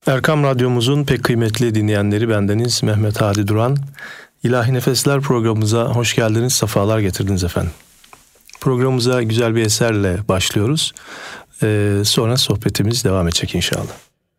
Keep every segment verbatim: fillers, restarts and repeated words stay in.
Erkam Radyomuzun pek kıymetli dinleyenleri, bendeniz Mehmet Hadi Duran. İlahi Nefesler programımıza hoş geldiniz, sefalar getirdiniz efendim. Programımıza güzel bir eserle başlıyoruz. Ee, sonra sohbetimiz devam edecek inşallah.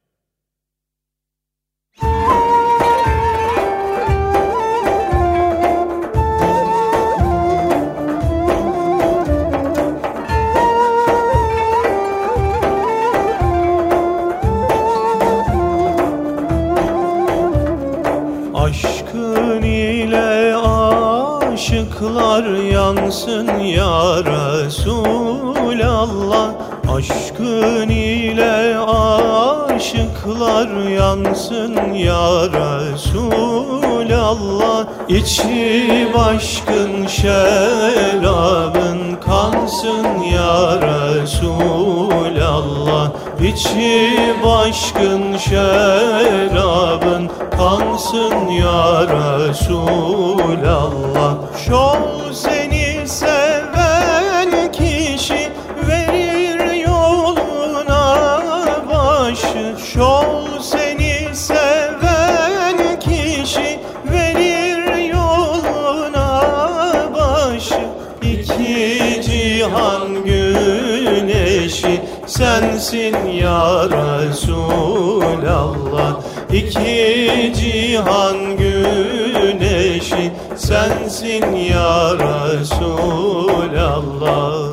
Aşkın ile aşıklar yansın ya Resulallah. Aşkın ile aşıklar yansın ya Resulallah. İçi başkın şerabın kansın ya Resulallah. İçi başkın şerabın kansın ya Resulallah. Şol seni seven kişi verir yoluna başı. Şol seni seven kişi verir yoluna başı. İki cihan güneşi sensin ya Resulallah. İki cihan güneşi sensin ya Resulallah.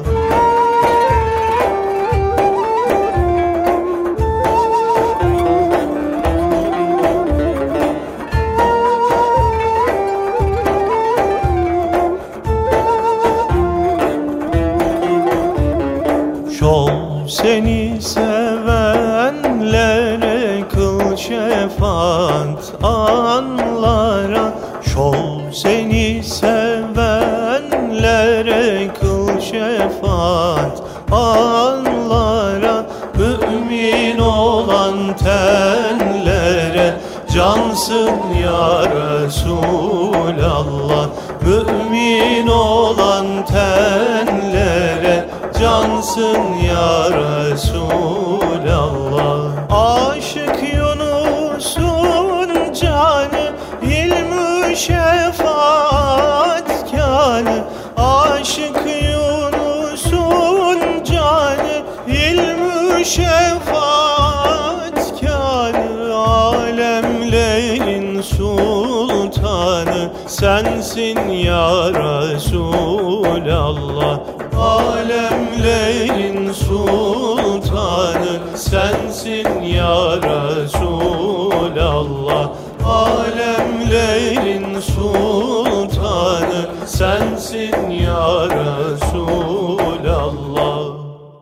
Şol seni sevenlere kıl şefaat anlara. Şol seni sevenlere kıl şefaat anlara. Mümin olan tenlere cansın ya Resulallah. Mümin olan tenlere cansın ya Resulallah. Aşık Yunus'un canı ilm-i şefaat kânı. Aşık Yunus'un canı ilm-i şefaat kânı. Alemlerin sultanı sensin ya Resulallah. Alemlerin sultanı sensin ya Resulallah. Alemlerin sultanı sensin ya Resulallah.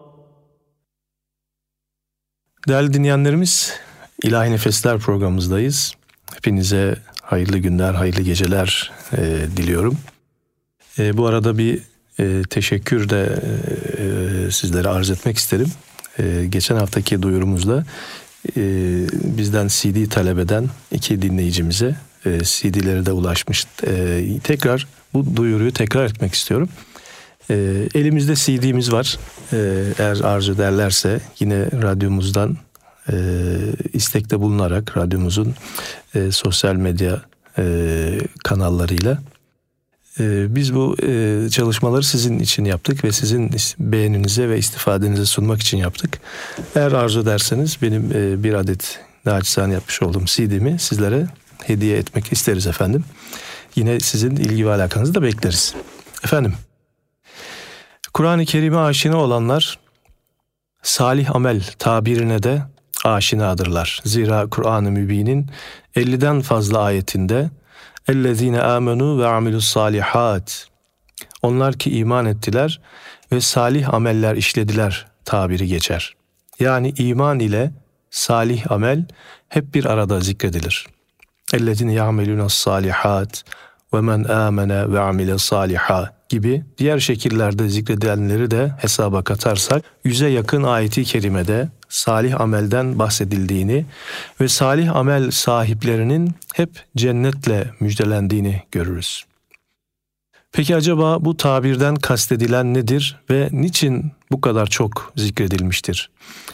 Değerli dinleyenlerimiz, İlahi Nefesler programımızdayız. Hepinize hayırlı günler, hayırlı geceler e, diliyorum. E, bu arada bir e, teşekkür de e, sizlere arz etmek isterim. E, geçen haftaki duyurumuzda e, bizden C D talep eden iki dinleyicimize e, C D'leri de ulaşmış. E, tekrar bu duyuruyu tekrar etmek istiyorum. E, elimizde C D'miz var. E, eğer arzu ederlerse yine radyomuzdan e, istekte bulunarak radyomuzun e, sosyal medya e, kanallarıyla e, biz bu e, çalışmaları sizin için yaptık ve sizin beğeninize ve istifadenize sunmak için yaptık. Eğer arzu ederseniz benim e, bir adet naçizane yapmış olduğum C D'mi sizlere hediye etmek isteriz efendim. Yine sizin ilgi ve alakanızı da bekleriz. Efendim, Kur'an-ı Kerim'e aşina olanlar salih amel tabirine de aşinadırlar. Zira Kur'an-ı Mübin'in elliden fazla ayetinde اَلَّذ۪ينَ آمَنُوا وَعَمِلُوا الصَّالِحَاتِ onlar ki iman ettiler ve salih ameller işlediler tabiri geçer. Yani iman ile salih amel hep bir arada zikredilir. اَلَّذ۪ينَ يَعْمَلُونَ الصَّالِحَاتِ وَمَنْ آمَنَ وَعَمِلَ الصَّالِحَاتِ gibi diğer şekillerde zikredilenleri de hesaba katarsak yüze yakın ayeti kerimede salih amelden bahsedildiğini ve salih amel sahiplerinin hep cennetle müjdelendiğini görürüz. Peki acaba bu tabirden kastedilen nedir ve niçin bu kadar çok zikredilmiştir?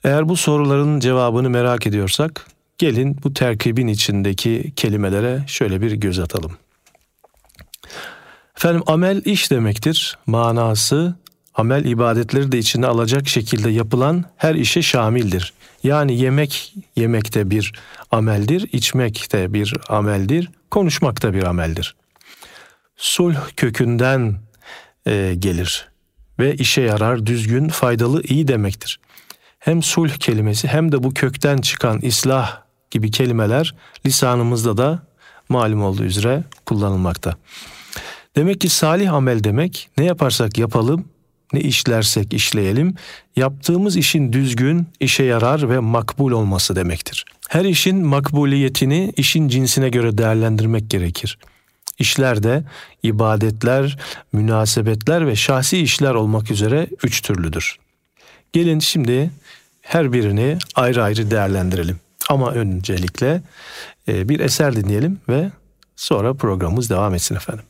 Eğer bu soruların cevabını merak ediyorsak, gelin bu terkibin içindeki kelimelere şöyle bir göz atalım. Efendim, amel iş demektir. Manası, amel ibadetleri de içine alacak şekilde yapılan her işe şamildir. Yani yemek yemek de bir ameldir, içmek de bir ameldir, konuşmak da bir ameldir. Sulh kökünden e, gelir ve işe yarar, düzgün, faydalı, iyi demektir. Hem sulh kelimesi hem de bu kökten çıkan islah gibi kelimeler lisanımızda da malum olduğu üzere kullanılmakta. Demek ki salih amel demek, ne yaparsak yapalım, ne işlersek işleyelim, yaptığımız işin düzgün, işe yarar ve makbul olması demektir. Her işin makbuliyetini işin cinsine göre değerlendirmek gerekir. İşler de ibadetler, münasebetler ve şahsi işler olmak üzere üç türlüdür. Gelin şimdi her birini ayrı ayrı değerlendirelim. Ama öncelikle bir eser dinleyelim ve sonra programımız devam etsin efendim.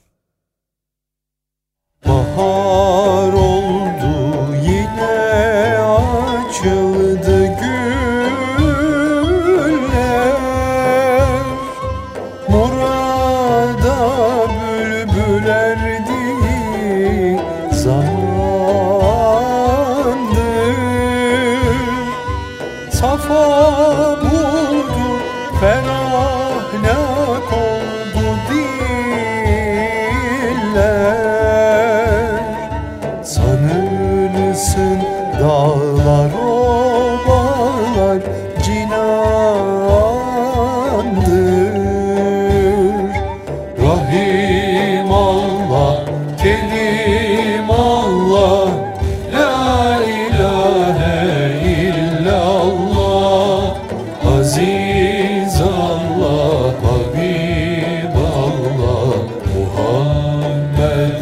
Bahar oldu yine açıldı güller, murada bülbül erdi zamandır, safa buldu ferahnak oldu diller. Sanırsın dağlar obalar cinandır. Rahim Allah, Kerim Allah, La ilahe illallah, Aziz Allah, Habib Allah, Muhammed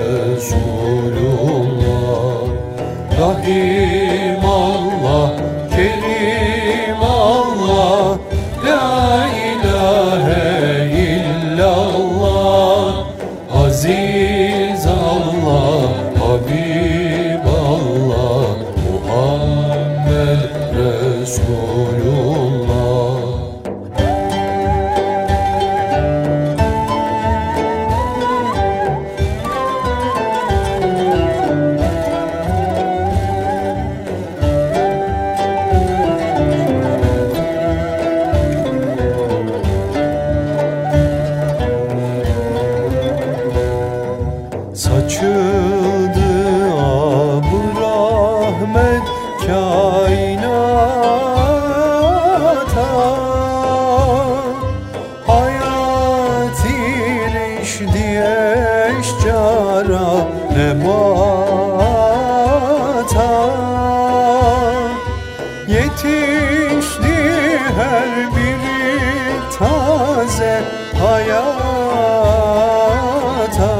Resulullah. Rahim Allah, Kerim Allah, La ilahe illallah, Aziz Allah, Habib Allah, Muhammed Resulullah. Saçıldı ab-ı rahmet kainata, hayat ilişdi eşcara nebata, yetişti her biri taze hayata.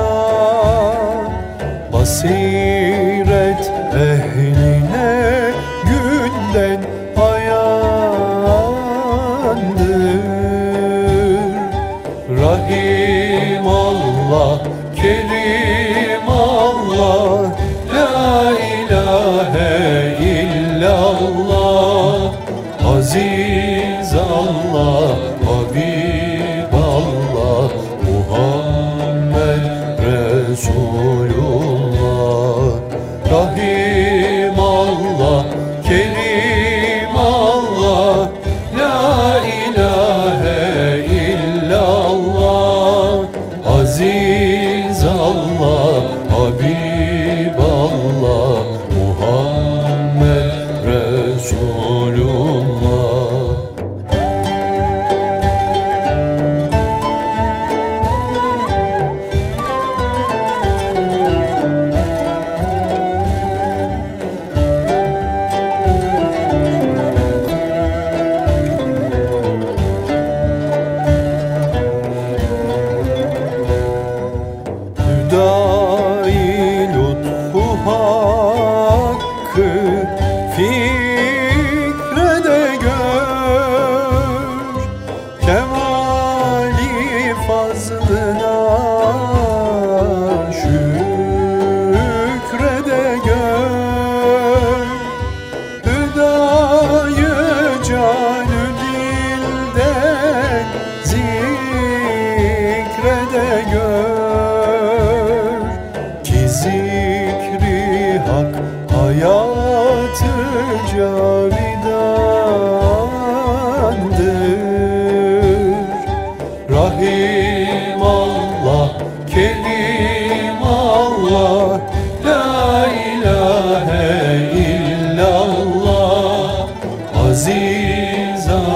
Basiret ehline günden ayandır. Rahim Allah, Kerim Allah, La ilahe illallah, Aziz Allah, Habib Allah, Muhammed Resulullah. Rahim Allah, Kerim Allah, La ilahe illallah, Aziz Allah, Habib Allah, Muhammed Resulullah.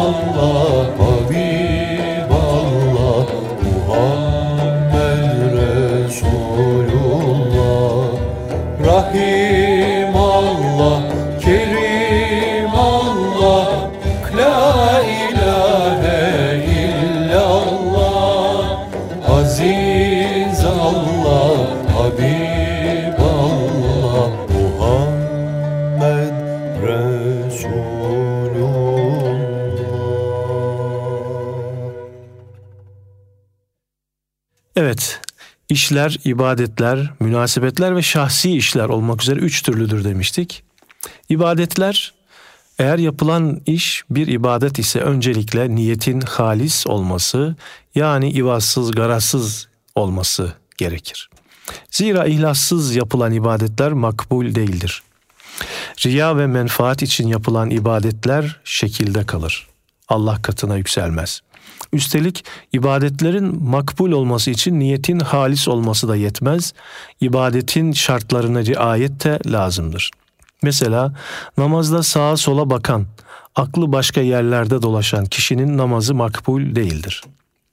Allah, Habiballah, Muhammed Resulullah. Rahimallah, Kerimallah, La ilahe illallah. Aziz Allah, Habiballah, Muhammed Resulullah. Evet, işler, ibadetler, münasebetler ve şahsi işler olmak üzere üç türlüdür demiştik. İbadetler, eğer yapılan iş bir ibadet ise öncelikle niyetin halis olması, yani ivazsız, garazsız olması gerekir. Zira ihlassız yapılan ibadetler makbul değildir. Riya ve menfaat için yapılan ibadetler şekilde kalır. Allah katına yükselmez. Üstelik ibadetlerin makbul olması için niyetin halis olması da yetmez. İbadetin şartlarına riayet de lazımdır. Mesela namazda sağa sola bakan, aklı başka yerlerde dolaşan kişinin namazı makbul değildir.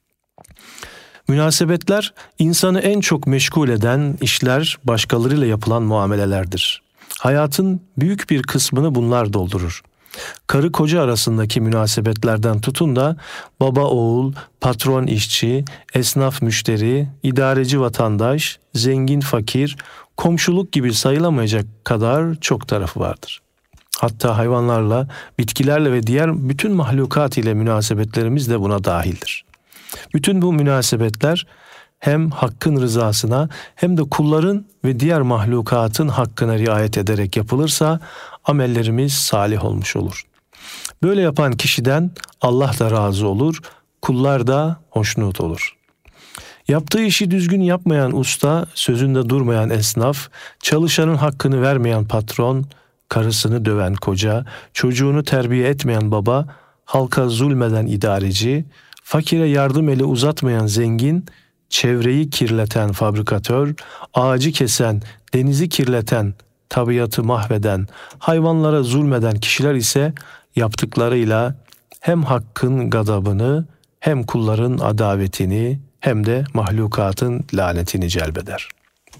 Münasebetler, insanı en çok meşgul eden işler, başkalarıyla yapılan muamelelerdir. Hayatın büyük bir kısmını bunlar doldurur. Karı koca arasındaki münasebetlerden tutun da baba oğul, patron işçi, esnaf müşteri, idareci vatandaş, zengin fakir, komşuluk gibi sayılamayacak kadar çok tarafı vardır. Hatta hayvanlarla, bitkilerle ve diğer bütün mahlukat ile münasebetlerimiz de buna dahildir. Bütün bu münasebetler hem hakkın rızasına hem de kulların ve diğer mahlukatın hakkına riayet ederek yapılırsa amellerimiz salih olmuş olur. Böyle yapan kişiden Allah da razı olur, kullar da hoşnut olur. Yaptığı işi düzgün yapmayan usta, sözünde durmayan esnaf, çalışanın hakkını vermeyen patron, karısını döven koca, çocuğunu terbiye etmeyen baba, halka zulmeden idareci, fakire yardım eli uzatmayan zengin, çevreyi kirleten fabrikatör, ağacı kesen, denizi kirleten, tabiatı mahveden, hayvanlara zulmeden kişiler ise yaptıklarıyla hem hakkın gadabını, hem kulların adavetini, hem de mahlukatın lanetini celbeder.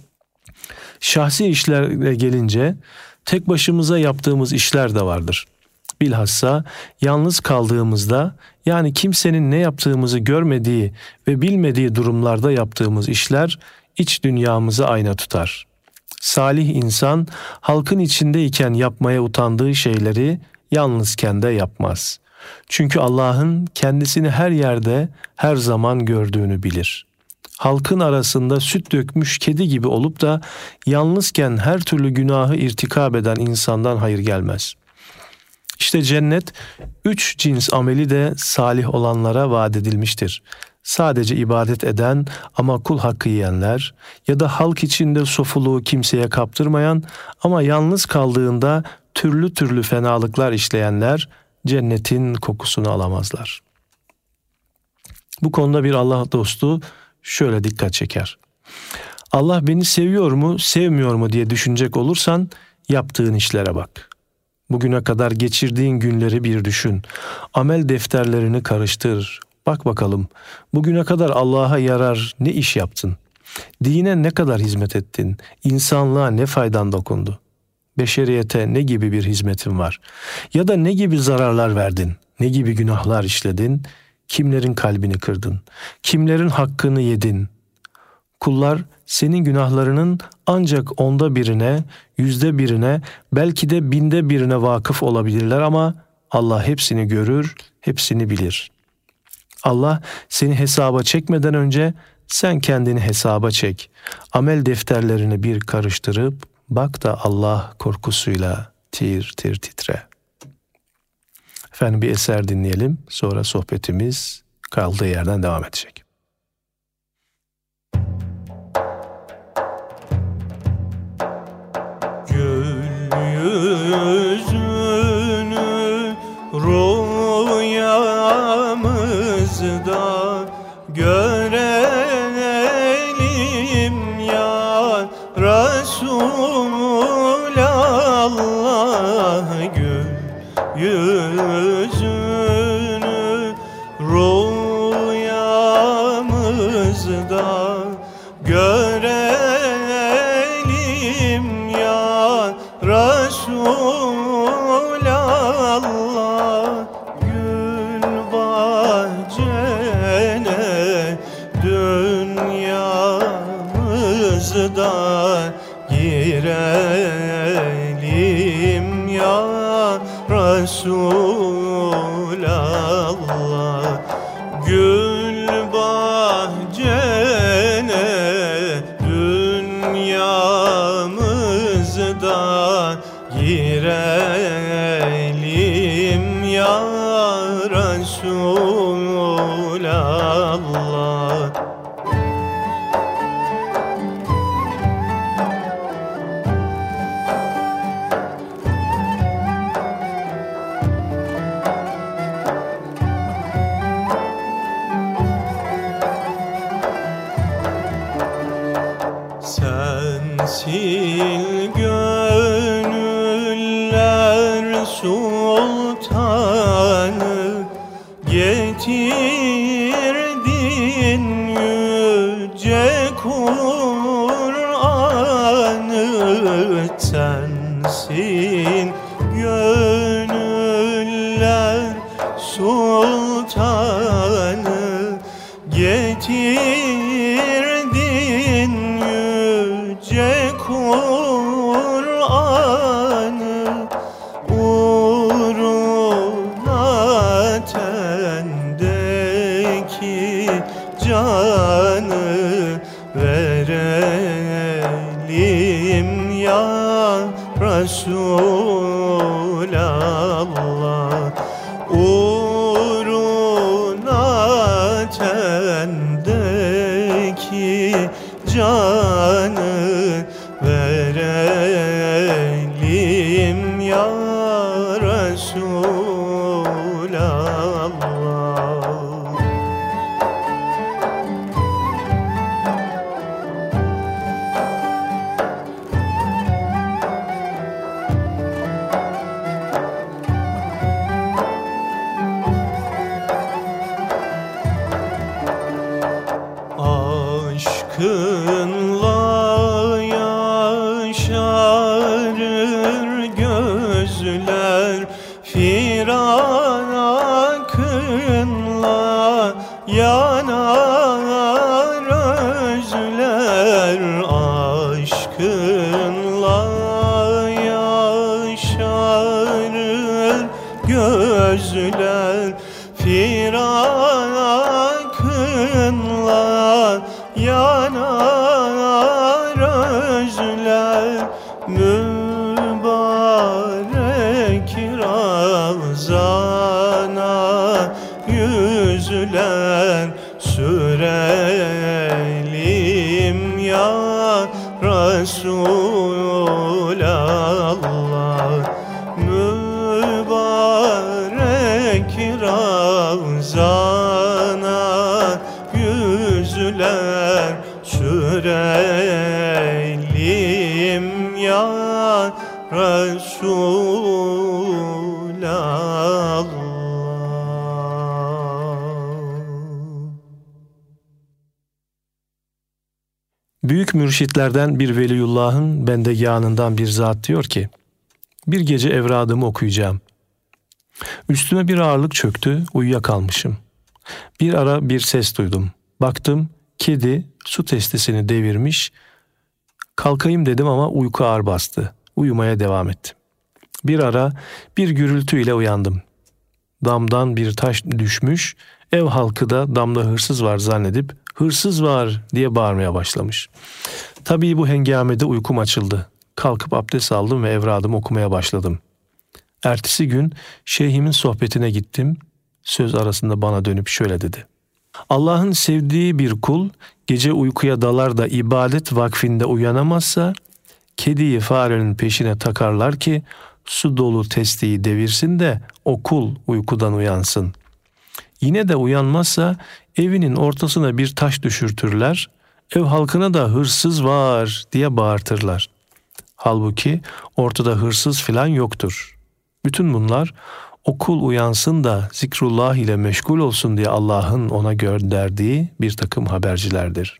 Şahsi işlere gelince tek başımıza yaptığımız işler de vardır. Bilhassa yalnız kaldığımızda, yani kimsenin ne yaptığımızı görmediği ve bilmediği durumlarda yaptığımız işler iç dünyamızı ayna tutar. Salih insan halkın içindeyken yapmaya utandığı şeyleri yalnızken de yapmaz. Çünkü Allah'ın kendisini her yerde, her zaman gördüğünü bilir. Halkın arasında süt dökmüş kedi gibi olup da yalnızken her türlü günahı irtikab eden insandan hayır gelmez. İşte cennet, üç cins ameli de salih olanlara vaat edilmiştir. Sadece ibadet eden ama kul hakkı yiyenler ya da halk içinde sofuluğu kimseye kaptırmayan ama yalnız kaldığında türlü türlü fenalıklar işleyenler cennetin kokusunu alamazlar. Bu konuda bir Allah dostu şöyle dikkat çeker. Allah beni seviyor mu, sevmiyor mu diye düşünecek olursan yaptığın işlere bak. Bugüne kadar geçirdiğin günleri bir düşün. Amel defterlerini karıştır. Bak bakalım, bugüne kadar Allah'a yarar ne iş yaptın? Dine ne kadar hizmet ettin? İnsanlığa ne faydan dokundu? Beşeriyete ne gibi bir hizmetin var? Ya da ne gibi zararlar verdin? Ne gibi günahlar işledin? Kimlerin kalbini kırdın? Kimlerin hakkını yedin? Kullar senin günahlarının ancak onda birine, yüzde birine, belki de binde birine vakıf olabilirler ama Allah hepsini görür, hepsini bilir. Allah seni hesaba çekmeden önce sen kendini hesaba çek. Amel defterlerini bir karıştırıp bak da Allah korkusuyla tir tir titre. Efendim bir eser dinleyelim, sonra sohbetimiz kaldığı yerden devam edecek. Yüzünü rüyamızda görelim ya Resulallah, gül yüzünü yoluna girelim ya Resulallah. Gül bahçene dünyamızda girelim ya Resulallah. Sensin gönüller sultanı, getirdin yüce Kur'an'ı. Sensin gönüller sultanı, getirdin yüce Kur'an'ı. Uğruna tendeki canı verelim ya Resulallah. Uğruna tendeki canı verelim ya Resulallah. Aşkınla yaşarır gözler, firakınla yanar özler. Aşkınla yaşarır gözler, firakınla yanar özler. Mübarek Ravzana yüzler sürelim ya Resulallah. Mübarek Ravzana yüzler sürelim ya Resulallah. Büyük mürşitlerden bir veliyullahın bendegâhından bir zat diyor ki, bir gece evradımı okuyacağım. Üstüme bir ağırlık çöktü, uyuyakalmışım. Bir ara bir ses duydum. Baktım, kedi su testisini devirmiş. Kalkayım dedim ama uyku ağır bastı. Uyumaya devam ettim. Bir ara bir gürültüyle uyandım. Damdan bir taş düşmüş, ev halkı da damda hırsız var zannedip hırsız var diye bağırmaya başlamış. Tabii bu hengamede uykum açıldı. Kalkıp abdest aldım ve evradımı okumaya başladım. Ertesi gün şeyhimin sohbetine gittim. Söz arasında bana dönüp şöyle dedi. Allah'ın sevdiği bir kul gece uykuya dalar da ibadet vakfinde uyanamazsa kediyi farenin peşine takarlar ki su dolu testiyi devirsin de o kul uykudan uyansın. Yine de uyanmazsa evinin ortasına bir taş düşürtürler, ev halkına da hırsız var diye bağırtırlar. Halbuki ortada hırsız filan yoktur. Bütün bunlar o kul uyansın da zikrullah ile meşgul olsun diye Allah'ın ona gönderdiği bir takım habercilerdir.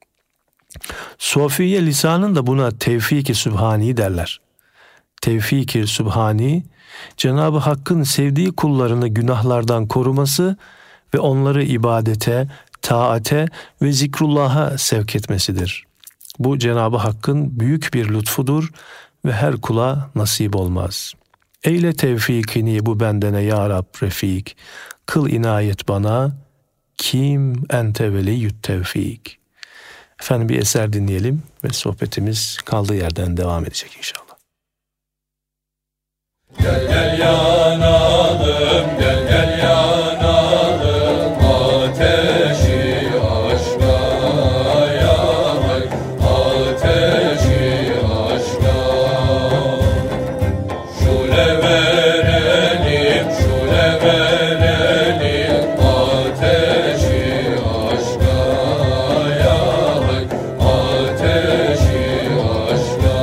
Sofiye lisanın da buna tevfik-i sübhani derler. Tevfik-i sübhani, Cenab-ı Hakk'ın sevdiği kullarını günahlardan koruması ve onları ibadete, taate ve zikrullah'a sevk etmesidir. Bu Cenab-ı Hakk'ın büyük bir lütfudur ve her kula nasip olmaz. Eyle tevfikini bu bendene ya Rab refik. Kıl inayet bana, kim ente veliyyü't tevfik. Efendim bir eser dinleyelim ve sohbetimiz kaldığı yerden devam edecek inşallah. Gel gel yanalım, gel gel yanalım, ateşi aşka yanar, ateşi aşka. Şule verelim, şule verelim, ateşi aşka yanar, ateşi aşka.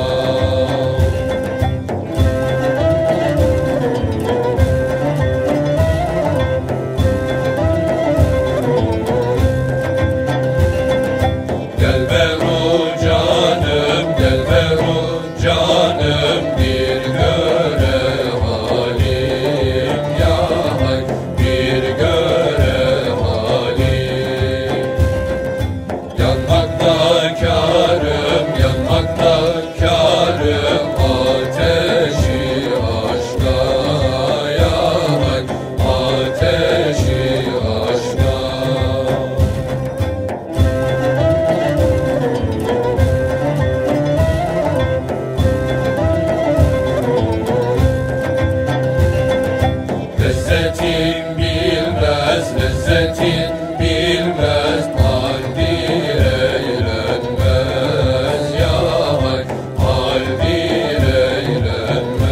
Gel Beru canım, gel Beru canım, bir göre halim yanar, bir göre halim. Yanmakta kârım, yanmakta kârım, ateşi aşka yanar, ateşi aşka. Lezzetin bilmez, lezzetin bilmez, haldir eğlenmez yar, haldir eğlenmez.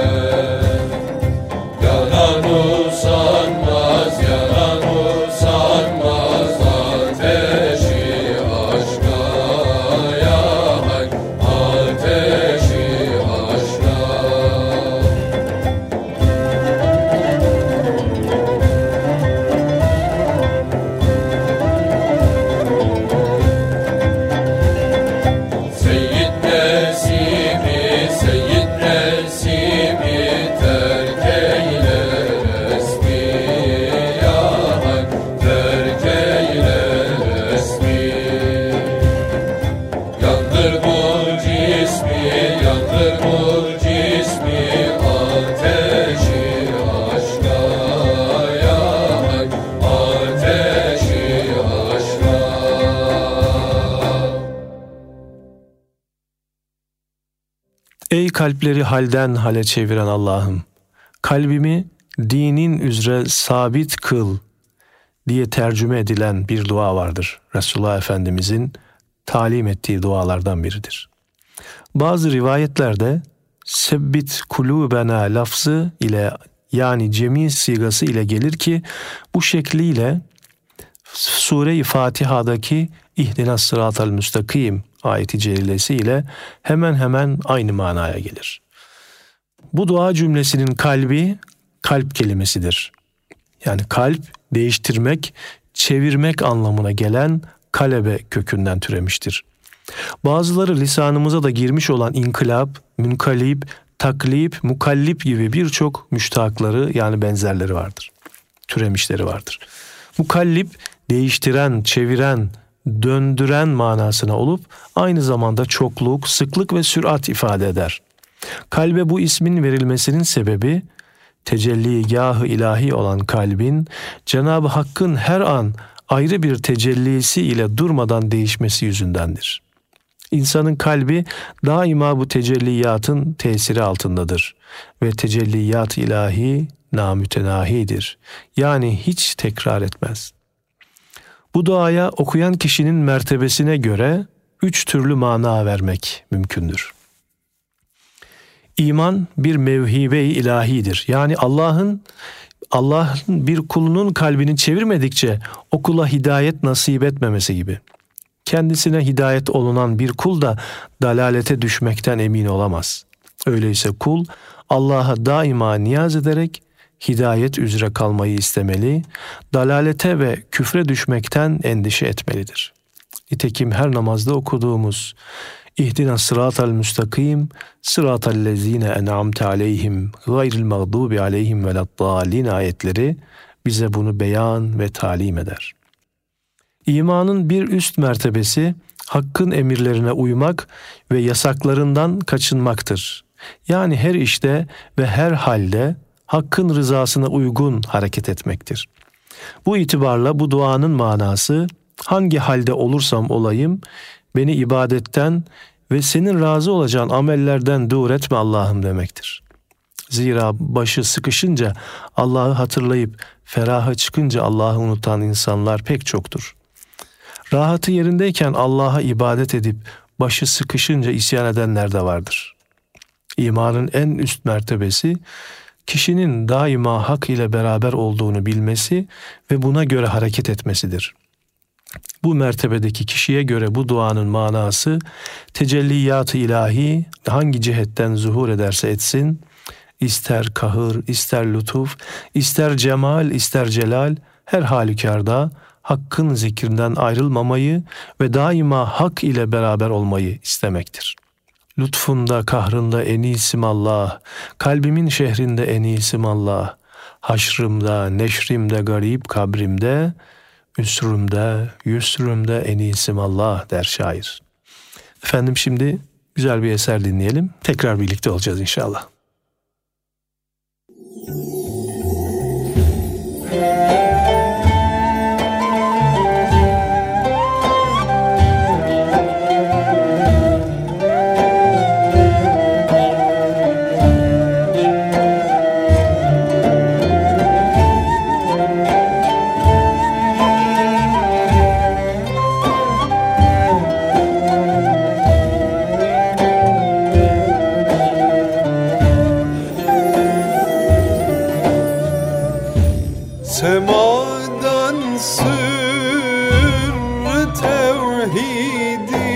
Yanan usanmaz, yanan usanmaz, ateşi aşka yar, ateşi aşka. Seyyid Nesimi, Seyyid Nesimi, terk eyle resmi yanar, terk eyle resmi. Yandır bu cismi, yandır bu cismi, ateşi aşka yanar, ateşi aşka. Ey kalpleri halden hale çeviren Allah'ım, kalbimi dinin üzere sabit kıl diye tercüme edilen bir dua vardır. Resulullah Efendimizin talim ettiği dualardan biridir. Bazı rivayetlerde sebbit kulubena lafzı ile yani cemi sigası ile gelir ki bu şekliyle Sure-i Fatiha'daki İhdinas sıratal müstakim ayeti celilesi ile hemen hemen aynı manaya gelir. Bu dua cümlesinin kalbi kalp kelimesidir. Yani kalp değiştirmek, çevirmek anlamına gelen kalebe kökünden türemiştir. Bazıları lisanımıza da girmiş olan inkılap, münkalip, taklip, mukallip gibi birçok müştakları yani benzerleri vardır. Türemişleri vardır. Mukallip değiştiren, çeviren, döndüren manasına olup aynı zamanda çokluk, sıklık ve sürat ifade eder. Kalbe bu ismin verilmesinin sebebi tecelligâh-ı ilahi olan kalbin Cenab-ı Hakk'ın her an ayrı bir tecellisi ile durmadan değişmesi yüzündendir. İnsanın kalbi daima bu tecelliyatın tesiri altındadır ve tecelliyat ilahi namütenahidir. Yani hiç tekrar etmez. Bu duaya okuyan kişinin mertebesine göre üç türlü mana vermek mümkündür. İman bir mevhibe-i ilahidir. Yani Allah'ın Allah'ın bir kulunun kalbini çevirmedikçe o kula hidayet nasip etmemesi gibi. Kendisine hidayet olunan bir kul da dalalete düşmekten emin olamaz. Öyleyse kul Allah'a daima niyaz ederek hidayet üzere kalmayı istemeli, dalalete ve küfre düşmekten endişe etmelidir. Nitekim her namazda okuduğumuz İhdina sıratal müstakim sıratal lezine en'amte aleyhim gayril mağdubi aleyhim veleddallin ayetleri bize bunu beyan ve talim eder. İmanın bir üst mertebesi Hakk'ın emirlerine uymak ve yasaklarından kaçınmaktır. Yani her işte ve her halde Hakk'ın rızasına uygun hareket etmektir. Bu itibarla bu duanın manası, hangi halde olursam olayım, beni ibadetten ve senin razı olacağın amellerden dur etme Allah'ım demektir. Zira başı sıkışınca Allah'ı hatırlayıp feraha çıkınca Allah'ı unutan insanlar pek çoktur. Rahatı yerindeyken Allah'a ibadet edip başı sıkışınca isyan edenler de vardır. İmanın en üst mertebesi, kişinin daima hak ile beraber olduğunu bilmesi ve buna göre hareket etmesidir. Bu mertebedeki kişiye göre bu duanın manası, tecelliyat-ı ilahi hangi cihetten zuhur ederse etsin, ister kahır, ister lütuf, ister cemal, ister celal, her halükarda Hakk'ın zikrinden ayrılmamayı ve daima hak ile beraber olmayı istemektir. Lütfunda, kahrında en iyisim Allah, kalbimin şehrinde en iyisim Allah, haşrımda, neşrimde, garip kabrimde, üsrümde, yüsrümde en iyisim Allah der şair. Efendim şimdi güzel bir eser dinleyelim. Tekrar birlikte olacağız inşallah. Semadan sırrı tevhidi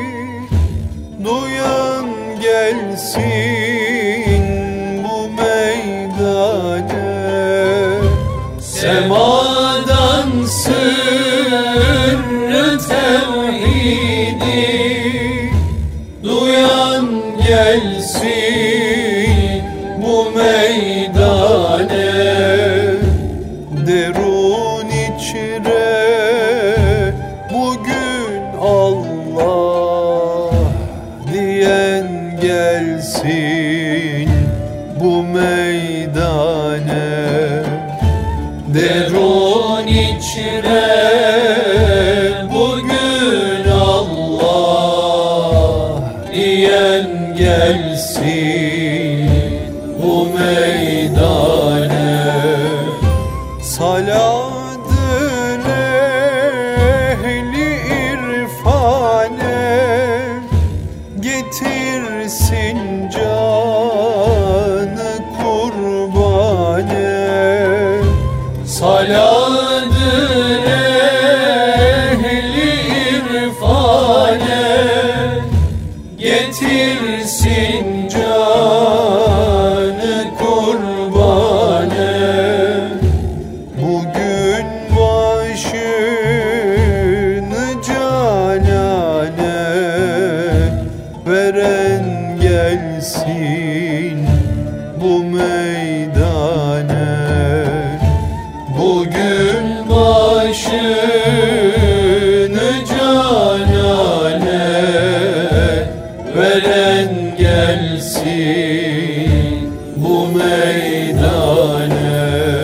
duyan gelsin bu meydane. Semadan sırrı tevhidi duyan gelsin bu meydane. Derun içre bugün Allah diyen gelsin bu meydane. Derun içre bugün Allah diyen gelsin bu meydane. Saladır ehli irfane getirsin canı kurbane. Saladır ehli irfane getirsin canı kurbane. Bugün başını canane veren gelsin bu meydane. Bugün başını canane veren gelsin bu meydane.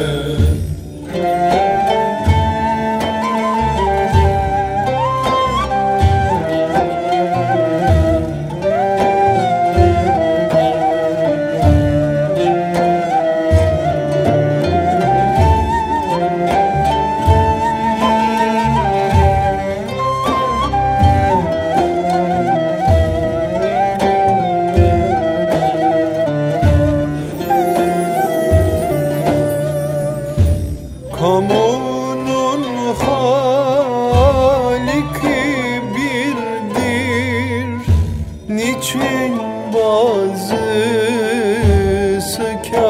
Kamunun haliki birdir, niçin bazısı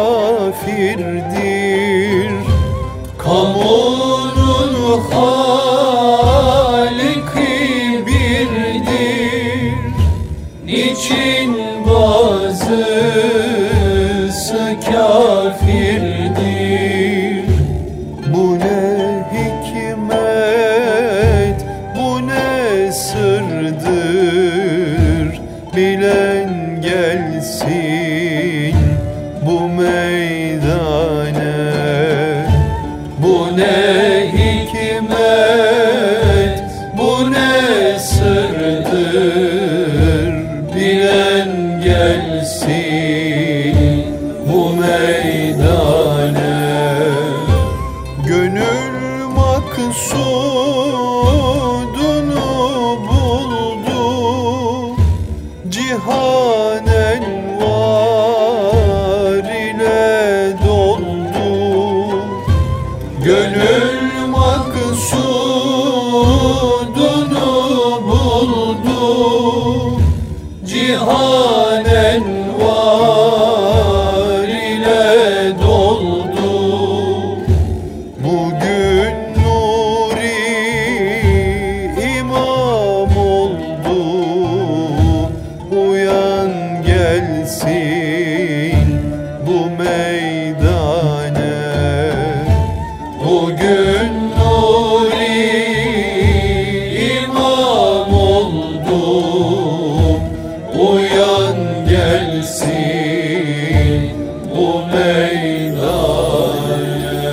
kafirdir. Kamunun haliki birdir, niçin bazısı kafirdir. Bu ne hikmet hikmet, bu ne sırdır, bilen gelsin bu meydane. Gönül maksudunu buldu, cihan envar ile doldu. Gönül maksudunu buldu, cihan envar ile doldu. Bugün nuri imam oldu, uyan gelsin bu meydane. Bugün nuri imam oldu, uyan gelsin bu meydane.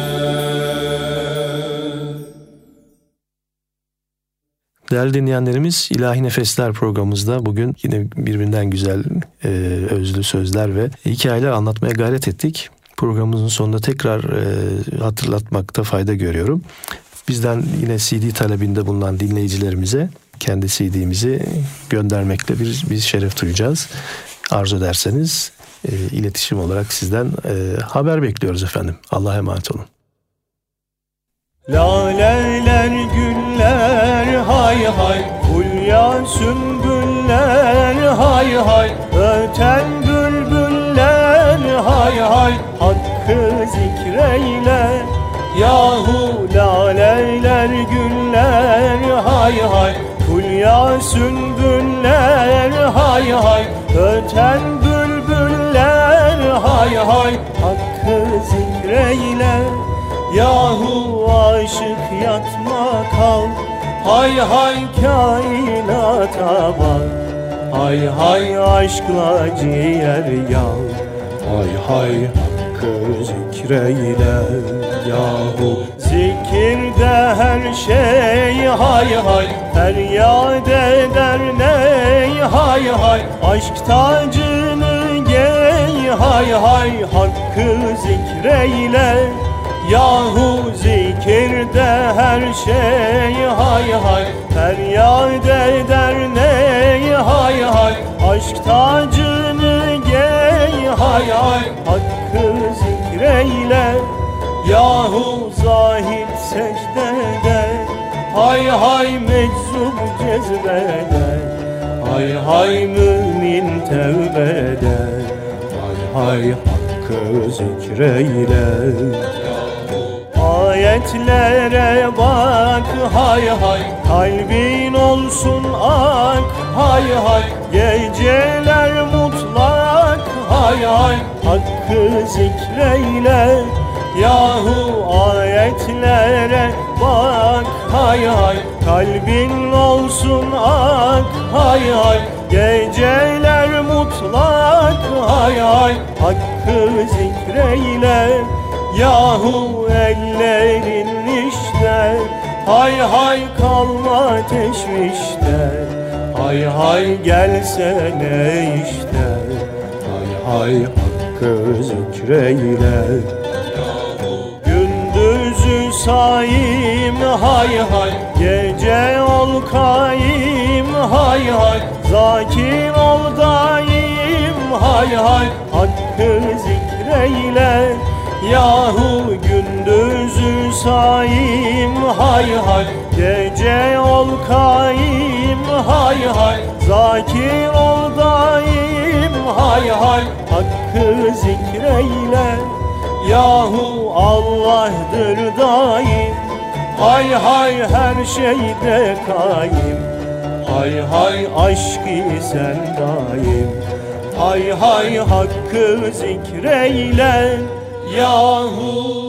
Değerli dinleyenlerimiz, İlahi Nefesler programımızda bugün yine birbirinden güzel e, özlü sözler ve hikayeler anlatmaya gayret ettik. Programımızın sonunda tekrar e, hatırlatmakta fayda görüyorum. Bizden yine C D talebinde bulunan dinleyicilerimize kendi C D'mizi göndermekle bir, bir şeref duyacağız. Arzu ederseniz e, iletişim olarak sizden e, haber bekliyoruz efendim. Allah'a emanet olun. Laleler, güller, hay hay, hulya sümbüller, hay hay, öten bülbüller, hay hay, hakkı zikreyle. Yahu laleler, güller, hay hay, hulya sümbüller, hay hay, öten bülbüller, hay hay, hakkı zikreyle. Yahu aşık yatma kal, hay hay kainata bak, hay hay aşkla ciğer yav, hay hay hakkı zikreyle. Yahu zikirde her şey, hay hay feryat eder ney, hay hay aşk tacını giy, hay hay hakkı zikreyle. Yahu zikirde her şey, hay hay feryat eder ney, hay hay aşk tacını giy, hay hay hakkı zikreyle. Yahu zahid secdede, hay hay meczup cezbede, hay hay mümin tevbede, hay hay hakkı zikreyle. Ayetlere bak, hay hay kalbin olsun ak, hay hay geceler mutlak, hay hay hakkı zikreyle. Yahu ayetlere bak, hay hay kalbin olsun ak, hay hay geceler mutlak, hay hay hakkı zikreyle. Yahu ellerin işte, hay hay kalma teşvişte, hay hay gelsene işte, hay hay hakkı zikreyle. Gündüzü saim, hay hay gece ol kaim, hay hay zakir ol daim, hay hay hakkı zikreyle. Yahu gündüzü saim, hay hay gece ol kaim, hay hay zakir ol daim, hay hay hakkı zikreyle. Yahu Allah'dır daim, hay hay her şeyde kaim, hay hay aşk-ı sen daim, hay hay hakkı zikreyle. Yahu